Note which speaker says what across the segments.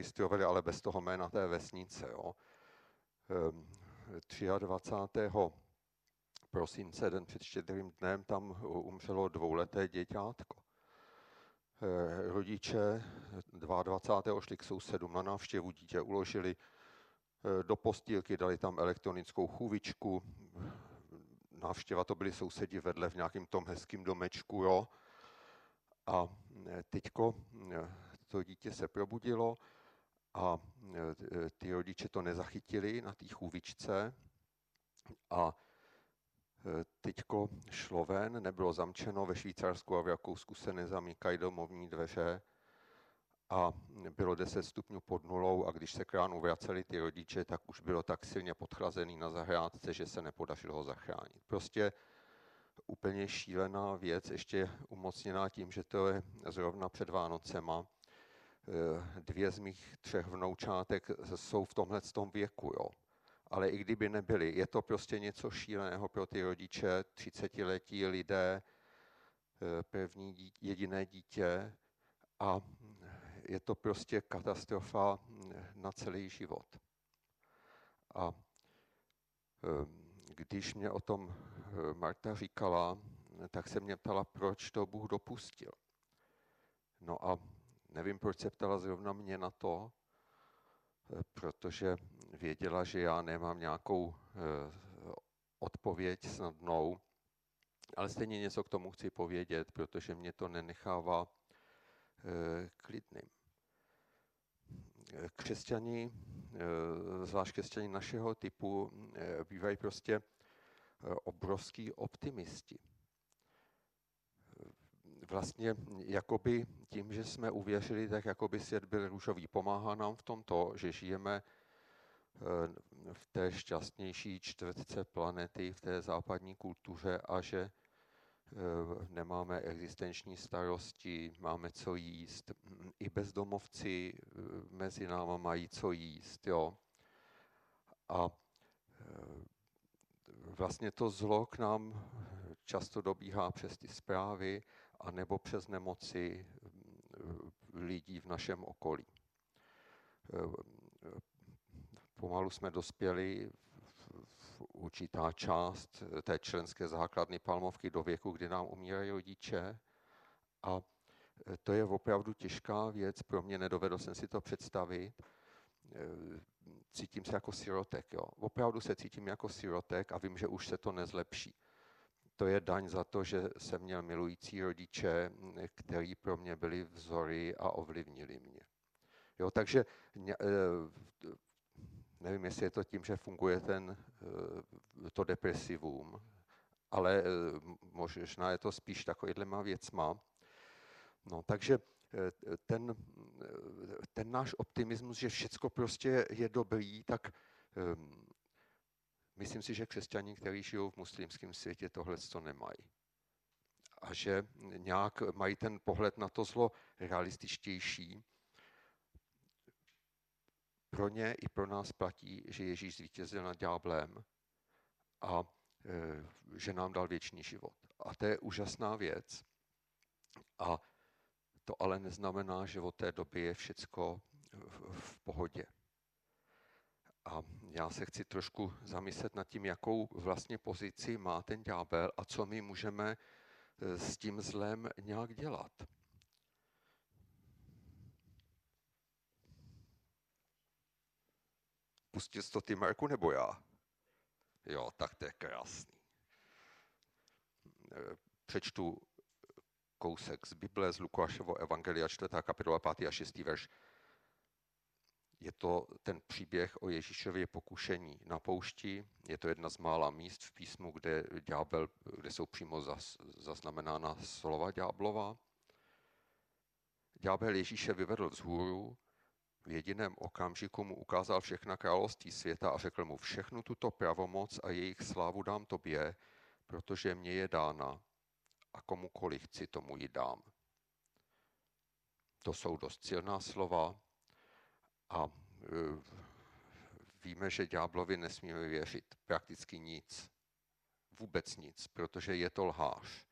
Speaker 1: zaregistrovali, ale bez toho jména té vesnice. Jo. 23. prosince, den před Štědrým dnem, tam umřelo 2leté děťátko. Rodiče 22. šli k sousedům na návštěvu, dítě uložili do postýlky, dali tam elektronickou chůvičku. Návštěva to byli sousedi vedle v nějakém tom hezkým domečku. Jo. A teďko to dítě se probudilo a ty rodiče to nezachytili na té chůvičce a teďko šlo ven, nebylo zamčeno, ve Švýcarsku a v Rakousku se nezamykají domovní dveře a bylo 10 stupňů pod nulou a když se k ránu vraceli ty rodiče, tak už bylo tak silně podchlazený na zahrádce, že se nepodařilo ho zachránit. Prostě úplně šílená věc, ještě umocněná tím, že to je zrovna před Vánocema. 2 z mých 3 vnoučátek jsou v tomhletom věku, jo. Ale i kdyby nebyli, je to prostě něco šíleného pro ty rodiče, 30letí lidé, jediné dítě a je to prostě katastrofa na celý život. A když mě o tom Marta říkala, tak se mě ptala, proč to Bůh dopustil. No a nevím, proč se ptala zrovna mě na to, protože věděla, že já nemám nějakou odpověď snadnou, ale stejně něco k tomu chci povědět, protože mě to nenechává klidným. Křesťani, zvlášť křesťani našeho typu, bývají prostě obrovský optimisti. Vlastně jakoby tím, že jsme uvěřili, tak jakoby svět byl růžový. Pomáhá nám v tom to, že žijeme v té šťastnější čtvrtce planety, v té západní kultuře a že nemáme existenční starosti, máme co jíst. I bezdomovci mezi náma mají co jíst. Jo? A vlastně to zlo k nám často dobíhá přes ty zprávy anebo přes nemoci lidí v našem okolí. Pomalu jsme dospěli v určitá část té členské základny Palmovky do věku, kdy nám umírají rodiče a to je opravdu těžká věc, pro mě nedovedl jsem si to představit. Cítím se jako sirotek. Jo. Opravdu se cítím jako sirotek a vím, že už se to nezlepší. To je daň za to, že jsem měl milující rodiče, kteří pro mě byli vzory a ovlivnili mě. Jo, takže nevím, jestli je to tím, že funguje to depresivum, ale možná je to spíš takovýhlema věcma. No, takže ten náš optimismus, že všecko prostě je dobrý, tak myslím si, že křesťané, kteří žijou v muslimském světě, tohle to nemají. A že nějak mají ten pohled na to zlo realističtější. Pro ně i pro nás platí, že Ježíš zvítězil nad ďáblem a že nám dal věčný život. A to je úžasná věc. A to ale neznamená, že od té doby je všecko v pohodě. A já se chci trošku zamyslet nad tím, jakou vlastně pozici má ten ďábel a co my můžeme s tím zlem nějak dělat. Pustil jsi to ty, Marku, nebo já? Jo, tak to je krásný. Přečtu kousek z Bible, z Lukášovo evangelia, 4. kapitola, 5. a 6. verš. Je to ten příběh o Ježíšově pokušení na poušti. Je to jedna z mála míst v písmu, kde jsou přímo zaznamenána slova ďáblova. Ďábel Ježíše vyvedl vzhůru, v jediném okamžiku mu ukázal všechna království světa a řekl mu, všechnu tuto pravomoc a jejich slávu dám tobě, protože mě je dána a komukoliv chci, tomu ji dám. To jsou dost silná slova a víme, že ďáblovi nesmíme věřit prakticky nic, vůbec nic, protože je to lhář.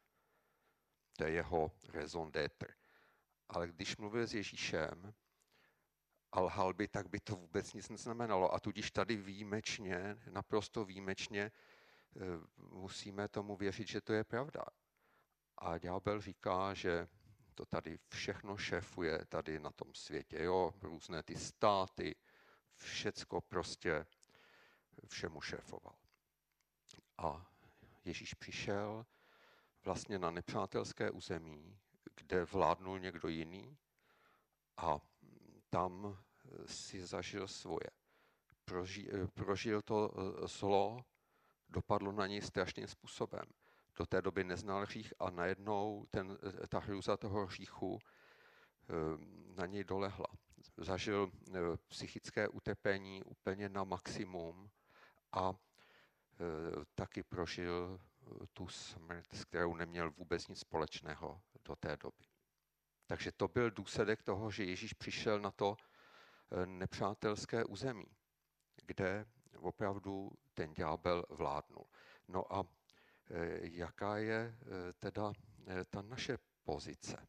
Speaker 1: To je jeho raison d'être. Ale když mluvil s Ježíšem a lhal by, tak by to vůbec nic neznamenalo. A tudíž tady výjimečně, naprosto výjimečně, musíme tomu věřit, že to je pravda. A ďábel říká, že to tady všechno šéfuje tady na tom světě, jo, různé ty státy, všecko prostě všemu šéfoval. A Ježíš přišel vlastně na nepřátelské území, kde vládnul někdo jiný a tam si zažil svoje. Prožil to zlo, dopadlo na něj strašným způsobem. Do té doby neznal hřích a najednou ta hrůza toho hříchu na něj dolehla. Zažil psychické utrpení úplně na maximum a taky prožil tu smrt, s kterou neměl vůbec nic společného do té doby. Takže to byl důsledek toho, že Ježíš přišel na to nepřátelské území, kde opravdu ten ďábel vládnul. No a jaká je teda ta naše pozice?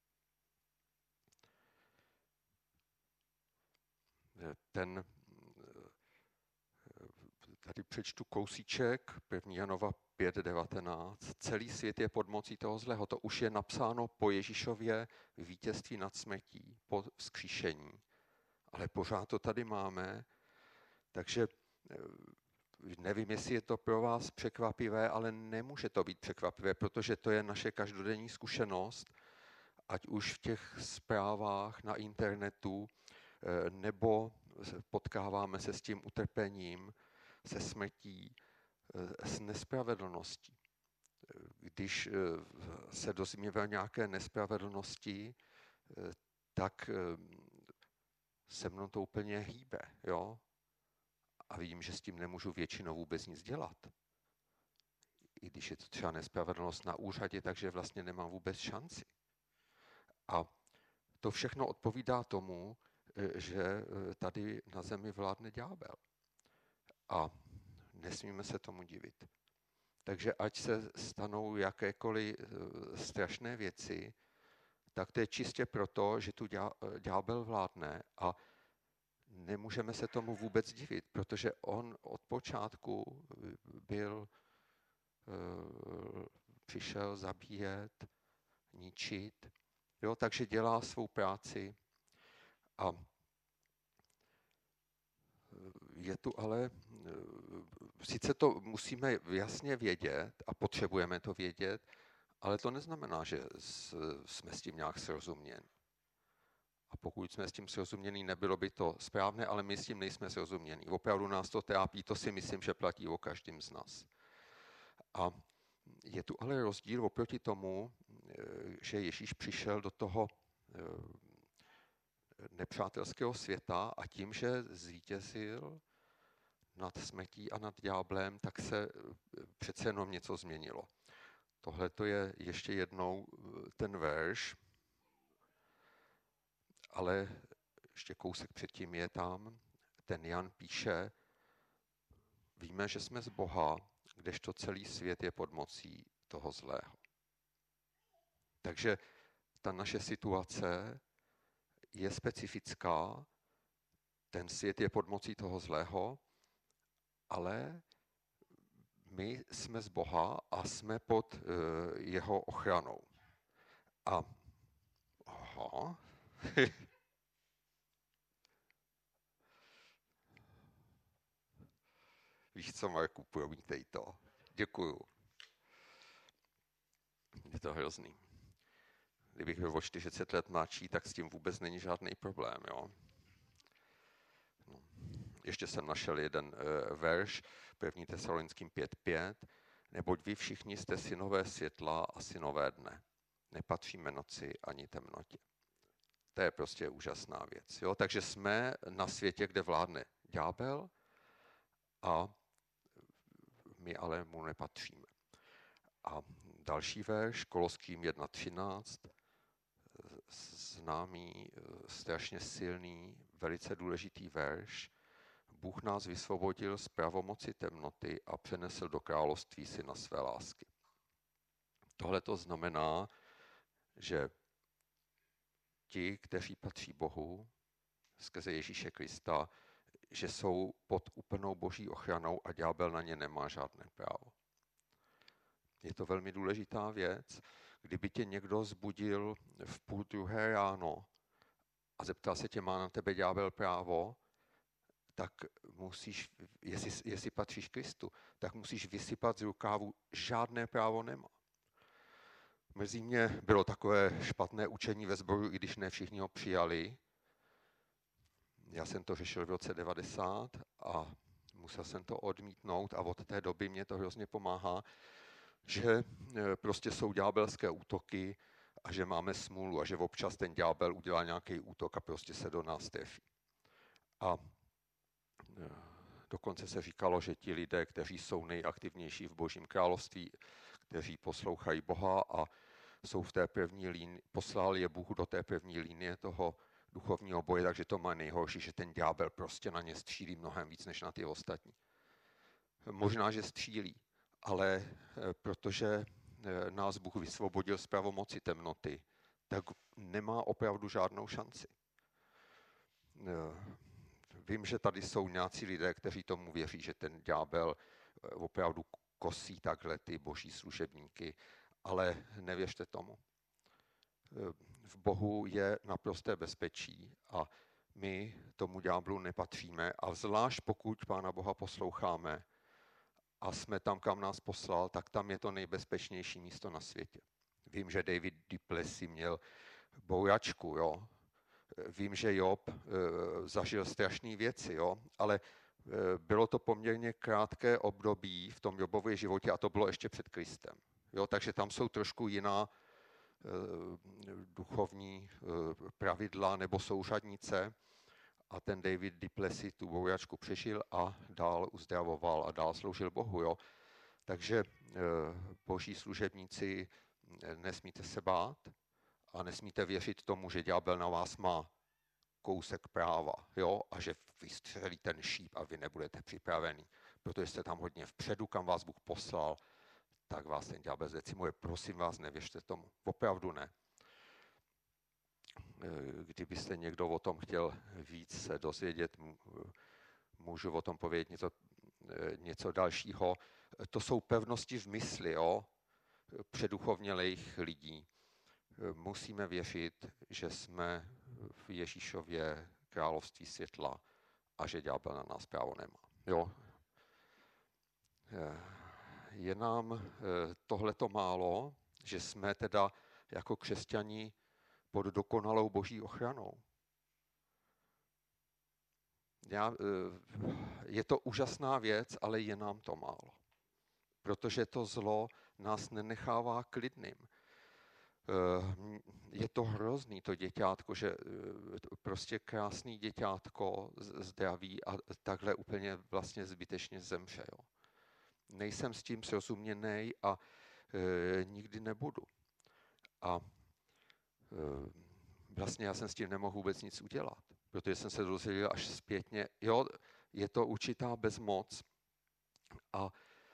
Speaker 1: Tady přečtu kousíček, 1. Janova 5.19. Celý svět je pod mocí toho zlého. To už je napsáno po Ježíšově vítězství nad smrtí, po vzkříšení. Ale pořád to tady máme, takže nevím, jestli je to pro vás překvapivé, ale nemůže to být překvapivé, protože to je naše každodenní zkušenost, ať už v těch zprávách na internetu, nebo potkáváme se s tím utrpením, se smrtí, s nespravedlností. Když se dozvíme o nějaké nespravedlnosti, tak se mnou to úplně hýbe, jo? A vidím, že s tím nemůžu většinou vůbec nic dělat. I když je to třeba nespravedlnost na úřadě, takže vlastně nemám vůbec šanci. A to všechno odpovídá tomu, že tady na zemi vládne ďábel. A nesmíme se tomu divit. Takže ať se stanou jakékoliv strašné věci, tak to je čistě proto, že tu ďábel vládne a nemůžeme se tomu vůbec divit, protože on od počátku přišel zabíjet, ničit, jo, takže dělá svou práci a je tu ale, sice to musíme jasně vědět a potřebujeme to vědět, ale to neznamená, že jsme s tím nějak srozuměni. A pokud jsme s tím srozumění, nebylo by to správné, ale my s tím nejsme srozumění. Opravdu nás to trápí, to si myslím, že platí o každém z nás. A je tu ale rozdíl oproti tomu, že Ježíš přišel do toho nepřátelského světa a tím, že zvítězil nad smrtí a nad ďáblem, tak se přece jenom něco změnilo. Tohle to je ještě jednou ten verš, ale ještě kousek předtím je tam, ten Jan píše, víme, že jsme z Boha, kdežto celý svět je pod mocí toho zlého. Takže ta naše situace je specifická, ten svět je pod mocí toho zlého, ale my jsme z Boha a jsme pod jeho ochranou. A aha, víš co, Marku, promítej to. Děkuju. Je to hrozný. Kdybych byl o 40 let mladší, tak s tím vůbec není žádný problém, jo. No. Ještě jsem našel jeden verš, 1. Tesalonickým 5.5. Neboť vy všichni jste synové světla a synové dne. Nepatříme noci ani temnotě. To je prostě úžasná věc. Jo? Takže jsme na světě, kde vládne ďábel a my ale mu nepatříme. A další verš, Koloským 1.13, známý, strašně silný, velice důležitý verš. Bůh nás vysvobodil z pravomoci temnoty a přenesl do království syna své lásky. Tohle to znamená, že ti, kteří patří Bohu, skrze Ježíše Krista, že jsou pod úplnou boží ochranou a ďábel na ně nemá žádné právo. Je to velmi důležitá věc. Kdyby tě někdo zbudil v 1:30 ráno a zeptal se tě, má na tebe ďábel právo, tak musíš, jestli patříš Kristu, tak musíš vysypat z rukávu, žádné právo nemá. Mrzí mě, bylo takové špatné učení ve sboru, i když ne všichni ho přijali. Já jsem to řešil v roce 90 a musel jsem to odmítnout a od té doby mě to hrozně pomáhá, že prostě jsou ďábelské útoky a že máme smůlu a že občas ten ďábel udělá nějaký útok a prostě se do nás trefí. A dokonce se říkalo, že ti lidé, kteří jsou nejaktivnější v Božím království, kteří poslouchají Boha a jsou v té první línii, poslal je Bůh do té první linie toho duchovního boje, takže to má nejhorší, že ten ďábel prostě na ně střílí mnohem víc než na ty ostatní. Možná, že střílí, ale protože nás Bůh vysvobodil z pravomoci temnoty, tak nemá opravdu žádnou šanci. Vím, že tady jsou nějací lidé, kteří tomu věří, že ten ďábel opravdu kosí takhle ty boží služebníky, ale nevěřte tomu. V Bohu je naprosté bezpečí a my tomu ďáblu nepatříme a zvlášť pokud Pána Boha posloucháme a jsme tam, kam nás poslal, tak tam je to nejbezpečnější místo na světě. Vím, že David du Plessis měl bouračku, jo. Vím, že Job zažil strašné věci, jo, ale bylo to poměrně krátké období v tom Jobově životě a to bylo ještě před Kristem. Jo, takže tam jsou trošku jiná duchovní pravidla nebo souřadnice a ten David du Plessis tu bouračku přežil a dál uzdravoval a dál sloužil Bohu. Jo. Takže boží služebníci, nesmíte se bát a nesmíte věřit tomu, že ďábel na vás má kousek práva, jo, a že vystřelí ten šíp a vy nebudete připravený, protože jste tam hodně vpředu, kam vás Bůh poslal, tak vás ten ďábel zdecimuje. Prosím vás, nevěřte tomu. Opravdu ne. Kdybyste někdo o tom chtěl víc se dozvědět, můžu o tom povědět něco dalšího. To jsou pevnosti v mysli, jo, předuchovnělejch lidí. Musíme věřit, že jsme v Ježíšově království světla a že ďábel na nás právo nemá. Jo. Je nám tohleto málo, že jsme teda jako křesťani pod dokonalou boží ochranou. Je to úžasná věc, ale je nám to málo. Protože to zlo nás nenechává klidným. Je to hrozný, to děťátko, že prostě krásný děťátko zdraví a takhle úplně vlastně zbytečně zemře. Jo. Nejsem s tím srozuměnej a nikdy nebudu. A vlastně já jsem s tím nemohl vůbec nic udělat, protože jsem se dozvěděl až zpětně, jo, je to určitá bezmoc a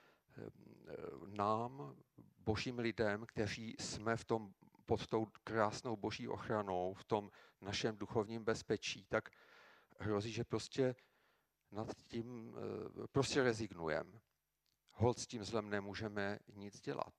Speaker 1: nám, božím lidem, kteří jsme pod tou krásnou boží ochranou, v tom našem duchovním bezpečí, tak hrozí, že prostě nad tím prostě rezignujeme. Holt s tím zlem nemůžeme nic dělat.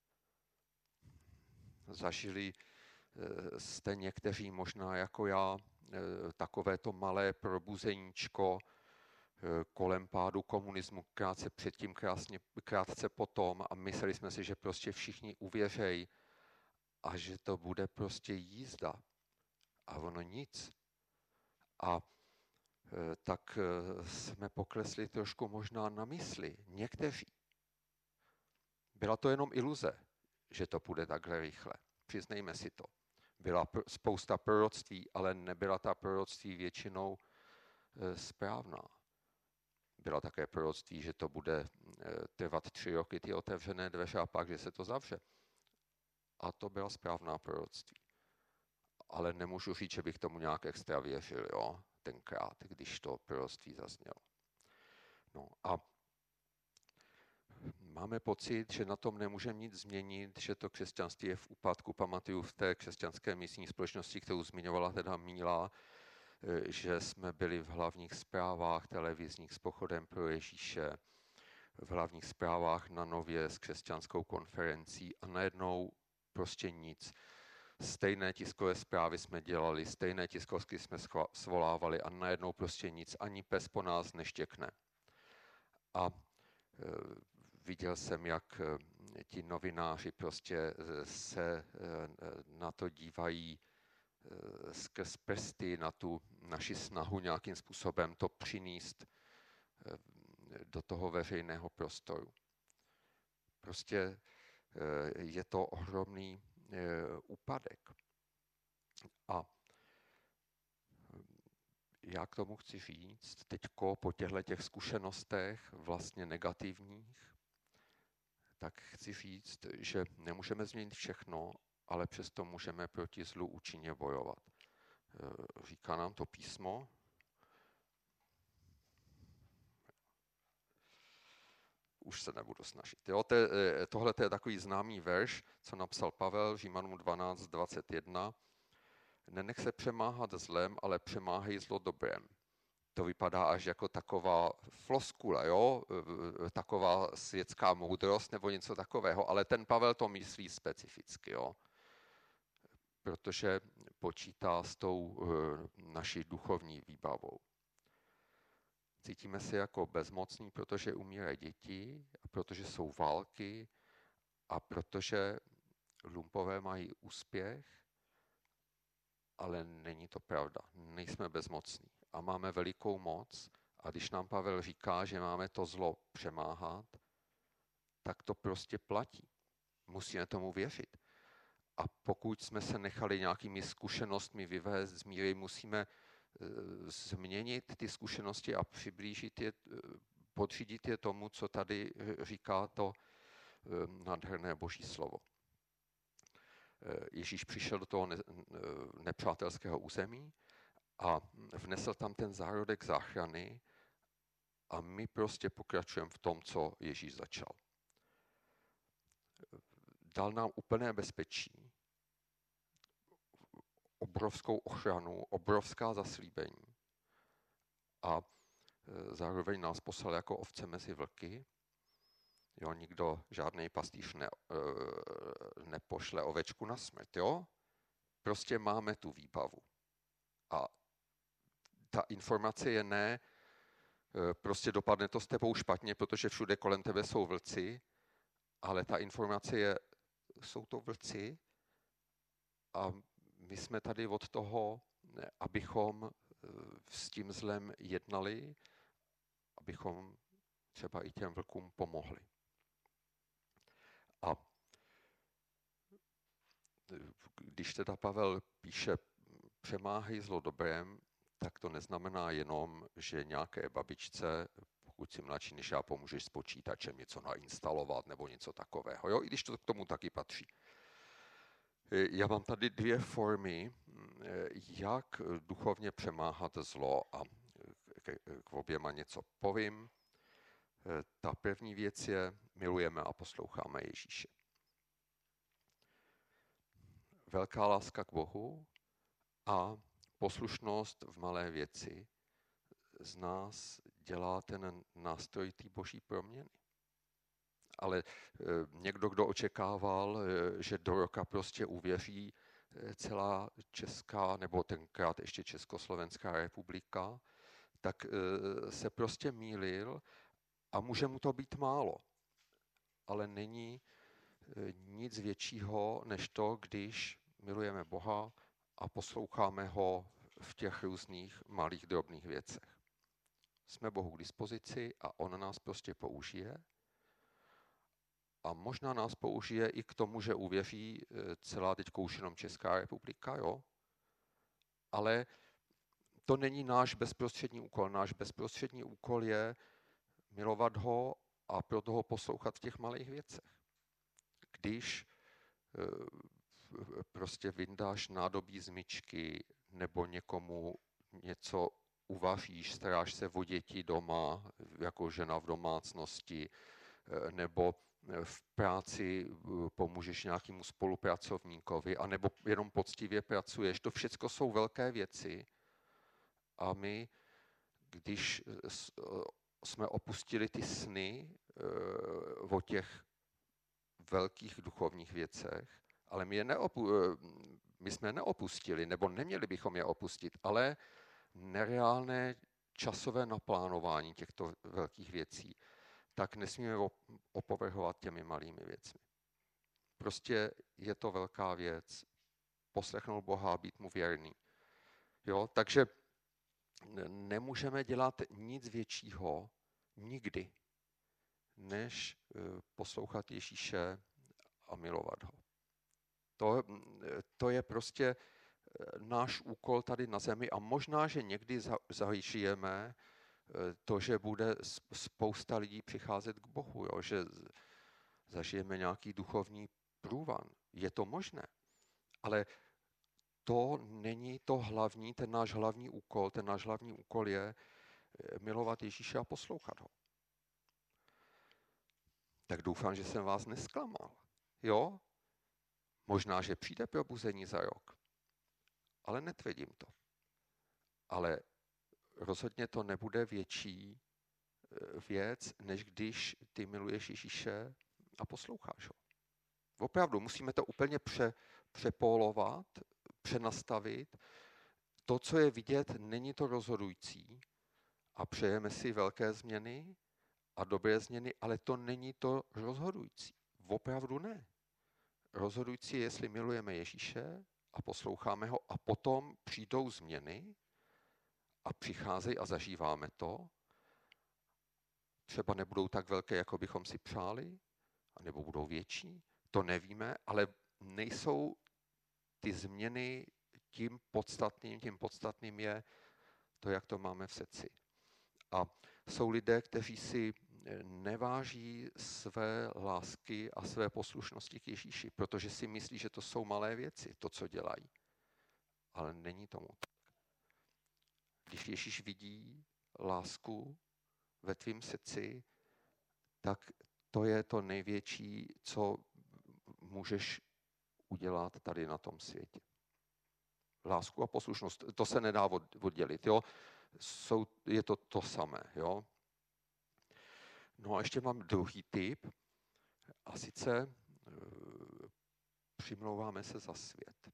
Speaker 1: Zažili jste někteří možná jako já takové to malé probuzeníčko kolem pádu komunismu, krátce předtím, krátce potom a mysleli jsme si, že prostě všichni uvěřejí a že to bude prostě jízda. A ono nic. A tak jsme poklesli trošku možná na mysli. Někteří. Byla to jenom iluze, že to půjde takhle rychle. Přiznejme si to. Byla spousta proroctví, ale nebyla ta proroctví většinou správná. Byla také proroctví, že to bude trvat 3 roky ty otevřené dveře a pak, že se to zavře. A to byla správná proroctví. Ale nemůžu říct, že bych tomu nějak extra věřil, jo, tenkrát, když to proroctví zaznělo. No a máme pocit, že na tom nemůžeme nic změnit, že to křesťanství je v úpadku. Pamatuju v té křesťanské misijní společnosti, kterou zmiňovala teda Míla, že jsme byli v hlavních zprávách televizních s Pochodem pro Ježíše, v hlavních zprávách na Nově s křesťanskou konferencí a najednou prostě nic. Stejné tiskové zprávy jsme dělali, stejné tiskovky jsme svolávali a najednou prostě nic, ani pes po nás neštěkne. A viděl jsem, jak ti novináři prostě se na to dívají skrz prsty, na tu naši snahu nějakým způsobem to přinést do toho veřejného prostoru. Prostě je to ohromný úpadek. A já k tomu chci říct, teďko po těchto zkušenostech vlastně negativních, tak chci říct, že nemůžeme změnit všechno, ale přesto můžeme proti zlu účinně bojovat. Říká nám to písmo. Už se nebudu snažit. Jo, tohle je takový známý verš, co napsal Pavel, Římanům 12:21. Nenech se přemáhat zlem, ale přemáhej zlo dobrem. To vypadá až jako taková floskule, jo? Taková světská moudrost nebo něco takového, ale ten Pavel to myslí specificky, jo? Protože počítá s tou naší duchovní výbavou. Cítíme se jako bezmocní, protože umírají děti, a protože jsou války a protože lumpové mají úspěch, ale není to pravda. Nejsme bezmocní a máme velikou moc a když nám Pavel říká, že máme to zlo přemáhat, tak to prostě platí. Musíme tomu věřit. A pokud jsme se nechali nějakými zkušenostmi vyvést z míry, musíme změnit ty zkušenosti a přiblížit je, podřídit je tomu, co tady říká to nádherné Boží slovo. Ježíš přišel do toho nepřátelského území a vnesl tam ten zárodek záchrany a my prostě pokračujeme v tom, co Ježíš začal. Dal nám úplné bezpečí, obrovskou ochranu, obrovská zaslíbení a zároveň nás poslal jako ovce mezi vlky. Jo, nikdo, žádný pastýř nepošle ovečku na smrt, jo? Prostě máme tu výbavu. A ta informace je ne, prostě dopadne to s tebou špatně, protože všude kolem tebe jsou vlci, ale ta informace je, jsou to vlci a my jsme tady od toho, abychom s tím zlem jednali, abychom třeba i těm vlkům pomohli. A když teda Pavel píše přemáhej zlo dobrem, tak to neznamená jenom, že nějaké babičce, pokud si mladší než já, pomůžeš s počítačem něco nainstalovat nebo něco takového. Jo? I když to k tomu taky patří. Já mám tady dvě formy, jak duchovně přemáhat zlo a k oběma něco povím. Ta první věc je, milujeme a posloucháme Ježíše. Velká láska k Bohu a poslušnost v malé věci z nás dělá ten nástroj té boží proměny. Ale někdo, kdo očekával, že do roka prostě uvěří celá Česká, nebo tenkrát ještě Československá republika, tak se prostě mýlil a může mu to být málo. Ale není nic většího, než to, když milujeme Boha a posloucháme ho v těch různých malých drobných věcech. Jsme Bohu k dispozici a on nás prostě použije. A možná nás použije i k tomu, že uvěří celá teď už jenom Česká republika, jo? Ale to není náš bezprostřední úkol. Náš bezprostřední úkol je milovat ho a proto ho poslouchat v těch malých věcech. Když prostě vyndáš nádobí z myčky nebo někomu něco uvaříš, staráš se o děti doma, jako žena v domácnosti, nebo v práci pomůžeš nějakému spolupracovníkovi, anebo jenom poctivě pracuješ. To všechno jsou velké věci A my, když jsme opustili ty sny o těch velkých duchovních věcech, ale my jsme je neopustili, nebo neměli bychom je opustit, ale nereálné časové naplánování těchto velkých věcí, tak nesmíme opovrhovat těmi malými věcmi. Prostě je to velká věc, poslechnout Boha a být mu věrný. Jo? Takže nemůžeme dělat nic většího nikdy, než poslouchat Ježíše a milovat ho. To je prostě náš úkol tady na zemi a možná, že někdy zažijeme to, že bude spousta lidí přicházet k Bohu, jo? Že zažijeme nějaký duchovní průvan. Je to možné, ale to není to hlavní, ten náš hlavní úkol. Ten náš hlavní úkol je milovat Ježíše a poslouchat ho. Tak doufám, že jsem vás nesklamal. Jo? Možná, že přijde probuzení za rok, ale netvrdím to. Ale rozhodně to nebude větší věc, než když ty miluješ Ježíše a posloucháš ho. Opravdu, musíme to úplně přepolovat, přenastavit. To, co je vidět, není to rozhodující a přejeme si velké změny a dobré změny, ale to není to rozhodující. Opravdu ne. Rozhodující je, jestli milujeme Ježíše a posloucháme ho a potom přijdou změny a přicházejí a zažíváme to. Třeba nebudou tak velké, jako bychom si přáli, anebo budou větší, to nevíme, ale nejsou ty změny tím podstatným je to, jak to máme v srdci. A jsou lidé, kteří si neváží své lásky a své poslušnosti k Ježíši, protože si myslí, že to jsou malé věci, to, co dělají. Ale není tomu tak. Když Ježíš vidí lásku ve tvém srdci, tak to je to největší, co můžeš udělat tady na tom světě. Lásku a poslušnost, to se nedá oddělit. Jo? Je to to samé. Jo? No a ještě mám druhý typ, a sice přimlouváme se za svět.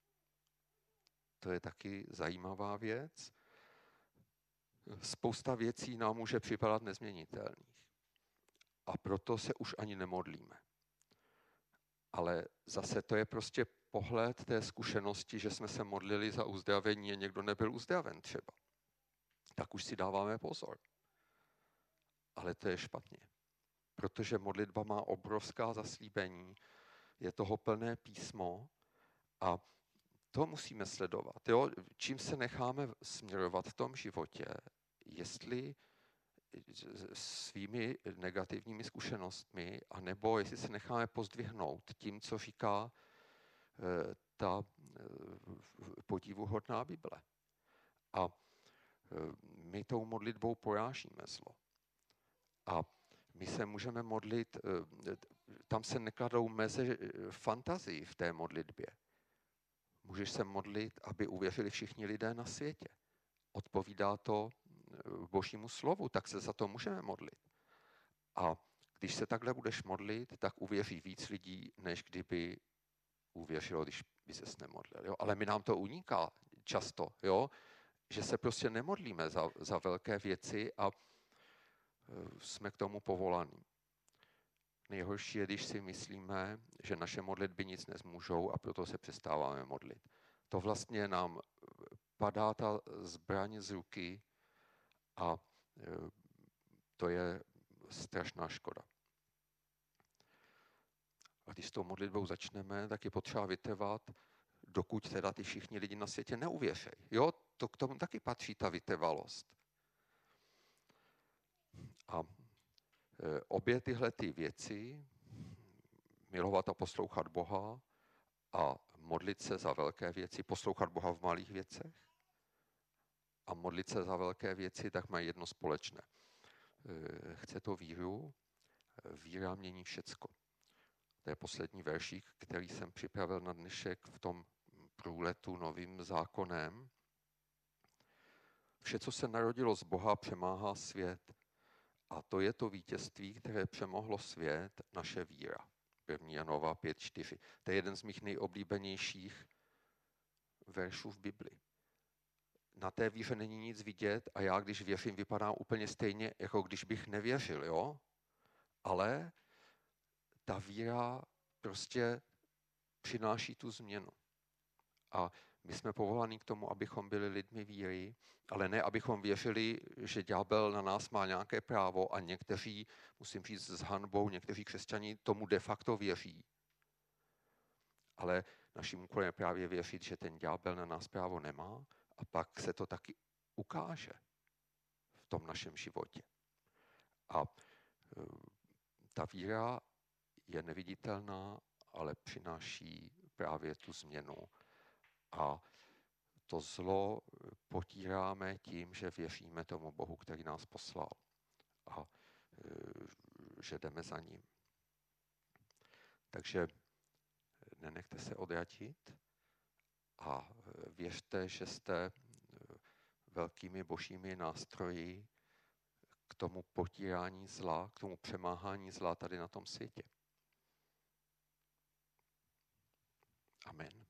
Speaker 1: To je taky zajímavá věc. Spousta věcí nám může připadat nezměnitelných. A proto se už ani nemodlíme. Ale zase to je prostě pohled té zkušenosti, že jsme se modlili za uzdravení a někdo nebyl uzdraven třeba. Tak už si dáváme pozor. Ale to je špatně. Protože modlitba má obrovská zaslíbení, je toho plné písmo a to musíme sledovat. Jo? Čím se necháme směrovat v tom životě, jestli svými negativními zkušenostmi, anebo jestli se necháme pozdvihnout tím, co říká ta podivuhodná Bible. A my tou modlitbou porážíme zlo. A my se můžeme modlit, tam se nekladou meze fantazii v té modlitbě. Můžeš se modlit, aby uvěřili všichni lidé na světě. Odpovídá to Božímu slovu, tak se za to můžeme modlit. A když se takhle budeš modlit, tak uvěří víc lidí, než kdyby uvěřilo, když by ses nemodlil. Jo? Ale my nám to uniká často, jo? Že se prostě nemodlíme za velké věci a jsme k tomu povolaní. Nejhorší je, když si myslíme, že naše modlitby nic nezmůžou a proto se přestáváme modlit. To vlastně nám padá ta zbraň z ruky a to je strašná škoda. A když s tou modlitbou začneme, tak je potřeba vytrvat, dokud teda ty všichni lidi na světě neuvěřejí. Jo, to k tomu taky patří ta vytrvalost. A obě tyhle ty věci, milovat a poslouchat Boha a modlit se za velké věci, poslouchat Boha v malých věcech a modlit se za velké věci, tak mají jedno společné. Chce to víru, víra mění všecko. To je poslední veršík, který jsem připravil na dnešek v tom průletu novým zákonem. Vše, co se narodilo z Boha, přemáhá svět. A to je to vítězství, které přemohlo svět, naše víra. 1. Janova 5.4. To je jeden z mých nejoblíbenějších veršů v Bibli. Na té víře není nic vidět a já, když věřím, vypadám úplně stejně, jako když bych nevěřil, jo? Ale ta víra prostě přináší tu změnu. A my jsme povolaní k tomu, abychom byli lidmi víry, ale ne, abychom věřili, že ďábel na nás má nějaké právo a někteří, musím říct s hanbou, někteří křesťané tomu de facto věří. Ale naším úkolem je právě věřit, že ten ďábel na nás právo nemá a pak se to taky ukáže v tom našem životě. A ta víra je neviditelná, ale přináší právě tu změnu. A to zlo potíráme tím, že věříme tomu Bohu, který nás poslal a že jdeme za ním. Takže nenechte se odratit a věřte, že jste velkými božími nástroji k tomu potírání zla, k tomu přemáhání zla tady na tom světě. Amen.